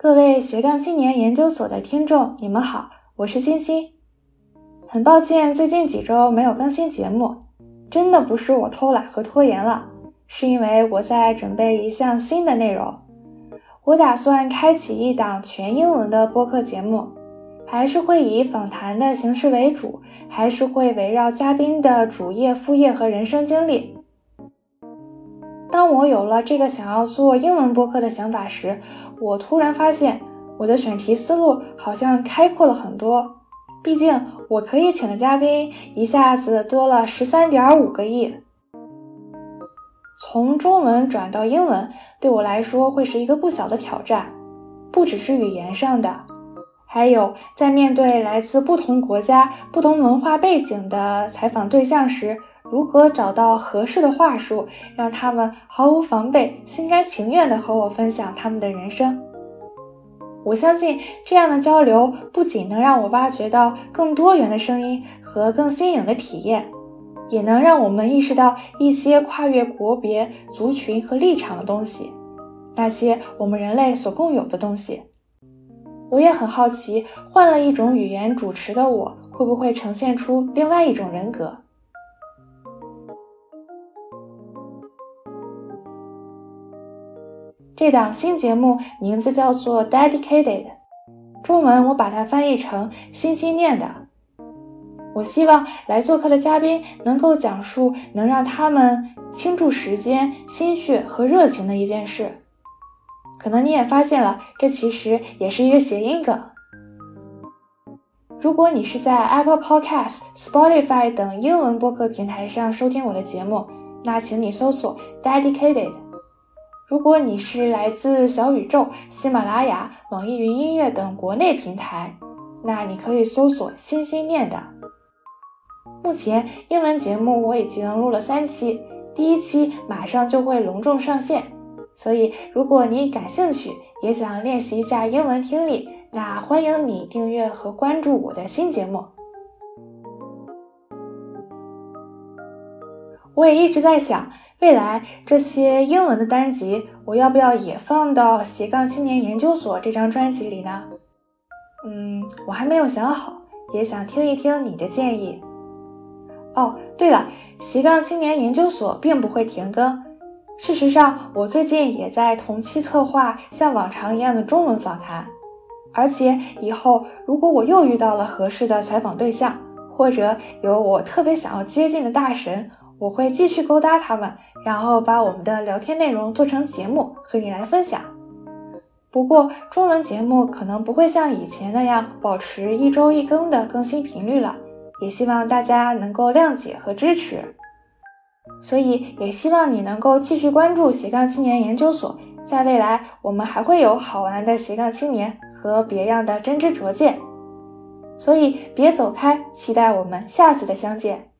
各位斜杠青年研究所的听众，你们好，我是欣欣。很抱歉最近几周没有更新节目，真的不是我偷懒和拖延了，是因为我在准备一项新的内容。我打算开启一档全英文的播客节目，还是会以访谈的形式为主，还是会围绕嘉宾的主业、副业和人生经历。当我有了这个想要做英文播客的想法时，我突然发现我的选题思路好像开阔了很多。毕竟我可以请的嘉宾一下子多了 13.5 个亿。从中文转到英文对我来说会是一个不小的挑战，不只是语言上的，还有在面对来自不同国家、不同文化背景的采访对象时，如何找到合适的话术，让他们毫无防备、心甘情愿地和我分享他们的人生。我相信这样的交流不仅能让我挖掘到更多元的声音和更新颖的体验，也能让我们意识到一些跨越国别、族群和立场的东西，那些我们人类所共有的东西。我也很好奇，换了一种语言主持的我，会不会呈现出另外一种人格。这档新节目名字叫做 Dedicated， 中文我把它翻译成心心念的。我希望来做客的嘉宾能够讲述能让他们倾注时间、心血和热情的一件事。可能你也发现了，这其实也是一个谐音梗。如果你是在 Apple Podcast、Spotify 等英文播客平台上收听我的节目，那请你搜索 Dedicated。如果你是来自小宇宙、喜马拉雅、网易云音乐等国内平台，那你可以搜索心心念的。目前英文节目我已经录了3期，第1期马上就会隆重上线，所以如果你感兴趣，也想练习一下英文听力，那欢迎你订阅和关注我的新节目。我也一直在想，未来这些英文的单集我要不要也放到斜杠青年研究所这张专辑里呢？我还没有想好，也想听一听你的建议。哦，对了，斜杠青年研究所并不会停更。事实上，我最近也在同期策划像往常一样的中文访谈，而且以后如果我又遇到了合适的采访对象，或者有我特别想要接近的大神，我会继续勾搭他们，然后把我们的聊天内容做成节目和你来分享。不过中文节目可能不会像以前那样保持1周1更的更新频率了，也希望大家能够谅解和支持。所以也希望你能够继续关注斜杠青年研究所，在未来我们还会有好玩的斜杠青年和别样的真知灼见。所以别走开，期待我们下次的相见。